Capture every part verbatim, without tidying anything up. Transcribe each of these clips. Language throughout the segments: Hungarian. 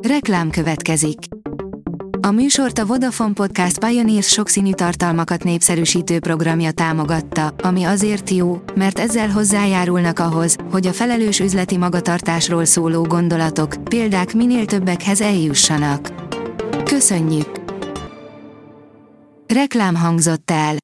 Reklám következik. A műsort a Vodafone Podcast Pioneers sokszínű tartalmakat népszerűsítő programja támogatta, ami azért jó, mert ezzel hozzájárulnak ahhoz, hogy a felelős üzleti magatartásról szóló gondolatok, példák minél többekhez eljussanak. Köszönjük! Reklám hangzott el.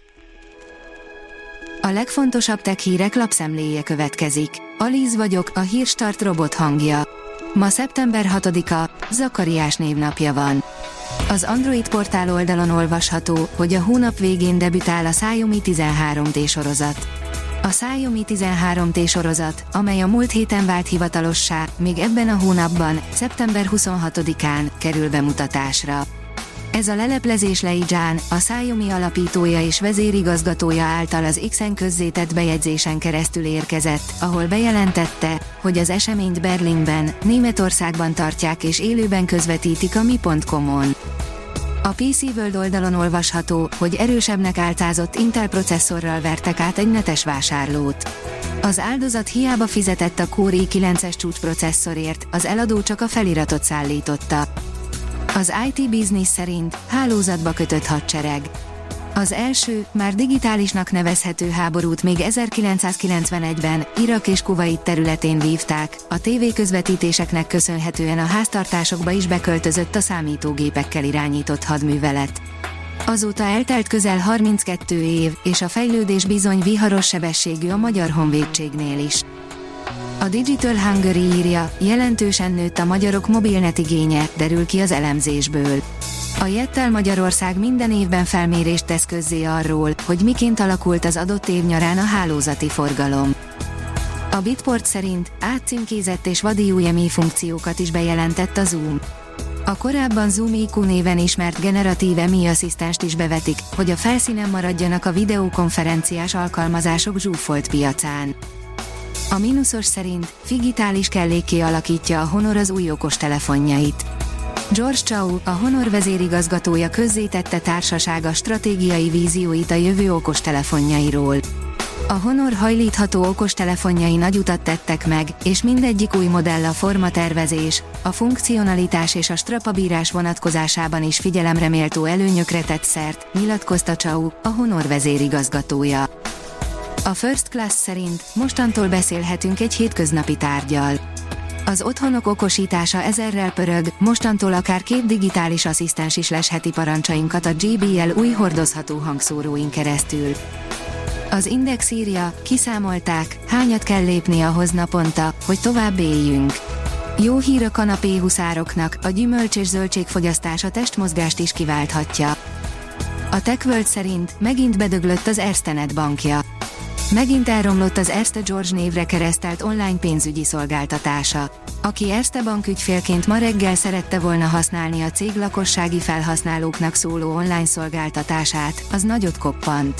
A legfontosabb tech hírek lapszemléje következik. Alíz vagyok, a Hírstart robot hangja. Ma szeptember hatodika, Zakariás névnapja van. Az Android portál oldalon olvasható, hogy a hónap végén debütál a Xiaomi tizenhárom té sorozat. A Xiaomi tizenhárom té sorozat, amely a múlt héten vált hivatalossá, még ebben a hónapban, szeptember huszonhatodikán kerül bemutatásra. Ez a leleplezés Lei Zhan, a Xiaomi alapítója és vezérigazgatója által az X-en közzétett bejegyzésen keresztül érkezett, ahol bejelentette, hogy az eseményt Berlinben, Németországban tartják és élőben közvetítik a mi pont com-on. A pé cé World oldalon olvasható, hogy erősebbnek álcázott Intel processzorral vertek át egy netes vásárlót. Az áldozat hiába fizetett a Core i kilences csúcsprocesszorért, az eladó csak a feliratot szállította. Az i té Business szerint hálózatba kötött hadsereg. Az első, már digitálisnak nevezhető háborút még ezerkilencszázkilencvenegyben Irak és Kuvait területén vívták, a tévéközvetítéseknek köszönhetően a háztartásokba is beköltözött a számítógépekkel irányított hadművelet. Azóta eltelt közel harminckettő év, és a fejlődés bizony viharos sebességű a Magyar Honvédségnél is. A Digital Hungary írja, jelentősen nőtt a magyarok mobilnet igénye, derül ki az elemzésből. A Jettel Magyarország minden évben felmérést tesz közzé arról, hogy miként alakult az adott év nyarán a hálózati forgalom. A Bitport szerint átcímkézett és vadi új em i funkciókat is bejelentett a Zoom. A korábban Zoom i kú néven ismert generatív em i asszisztenst is bevetik, hogy a felszínen maradjanak a videokonferenciás alkalmazások zsúfolt piacán. A mínuszos szerint digitális kellékké alakítja a Honor az új okostelefonjait. George Chao, a Honor vezérigazgatója közzétette társasága stratégiai vízióit a jövő okostelefonjairól. A Honor hajlítható okostelefonjai nagy utat tettek meg, és mindegyik új modell a formatervezés, a funkcionalitás és a strapabírás vonatkozásában is figyelemre méltó előnyökre tett szert, nyilatkozta Chao, a Honor vezérigazgatója. A First Class szerint mostantól beszélhetünk egy hétköznapi tárgyal. Az otthonok okosítása ezerrel pörög, mostantól akár két digitális asszisztens is lesheti parancsainkat a jé bé el új hordozható hangszóróin keresztül. Az Index írja, kiszámolták, hányat kell lépni ahhoz naponta, hogy tovább éljünk. Jó hír a kanapéhuszároknak, a gyümölcs és zöldségfogyasztás a testmozgást is kiválthatja. A TechWorld szerint megint bedöglött az Erste Net bankja. Megint elromlott az Erste George névre keresztelt online pénzügyi szolgáltatása. Aki Erste Bank ügyfélként ma reggel szerette volna használni a cég lakossági felhasználóknak szóló online szolgáltatását, az nagyot koppant.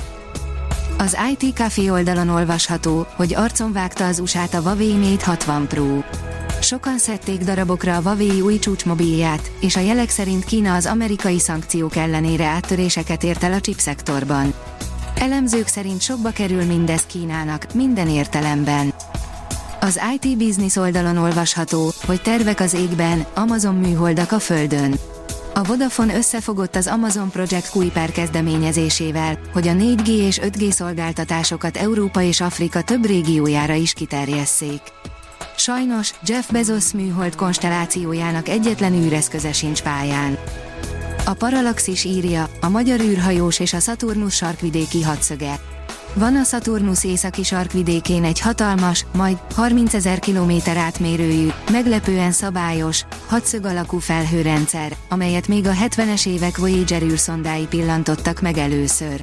Az i té Café oldalon olvasható, hogy arcon vágta az u es á-t a Huawei Mate hatvan Pro. Sokan szedték darabokra a Huawei új csúcsmobilját, és a jelek szerint Kína az amerikai szankciók ellenére áttöréseket ért el a chipszektorban. Elemzők szerint sokba kerül mindez Kínának, minden értelemben. Az i té Business oldalon olvasható, hogy tervek az égben, Amazon műholdak a Földön. A Vodafone összefogott az Amazon Project Kuiper kezdeményezésével, hogy a négy gé és öt gé szolgáltatásokat Európa és Afrika több régiójára is kiterjesszék. Sajnos, Jeff Bezos műhold konstellációjának egyetlen űreszköze sincs pályán. A Parallaxis írja, a magyar űrhajós és a Szaturnusz sarkvidéki hadszöge. Van a Szaturnusz északi sarkvidékén egy hatalmas, majd harmincezer kilométer átmérőjű, meglepően szabályos, hadszög alakú felhőrendszer, amelyet még a hetvenes évek Voyager űrszondái pillantottak meg először.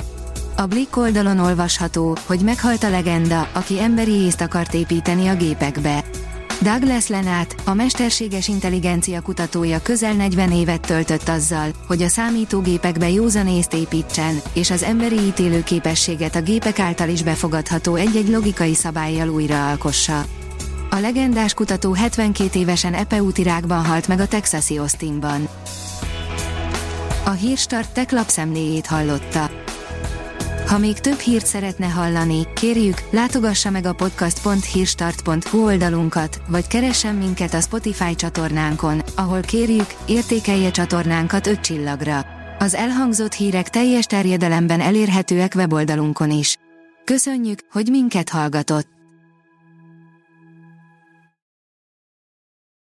A Blick oldalon olvasható, hogy meghalt a legenda, aki emberi észt akart építeni a gépekbe. Douglas Lenát, a mesterséges intelligencia kutatója közel negyven évet töltött azzal, hogy a számítógépekbe józan észt építsen, és az emberi ítélő képességet a gépek által is befogadható egy-egy logikai szabállyal újraalkossa. A legendás kutató hetvenkét évesen epeútirákban halt meg a texasi Austinban. A Hírstart Tech lapszemléjét hallotta. Ha még több hírt szeretne hallani, kérjük, látogassa meg a podcast pont hírstart pont hu oldalunkat, vagy keressen minket a Spotify csatornánkon, ahol kérjük, értékelje csatornánkat öt csillagra. Az elhangzott hírek teljes terjedelemben elérhetőek weboldalunkon is. Köszönjük, hogy minket hallgatott!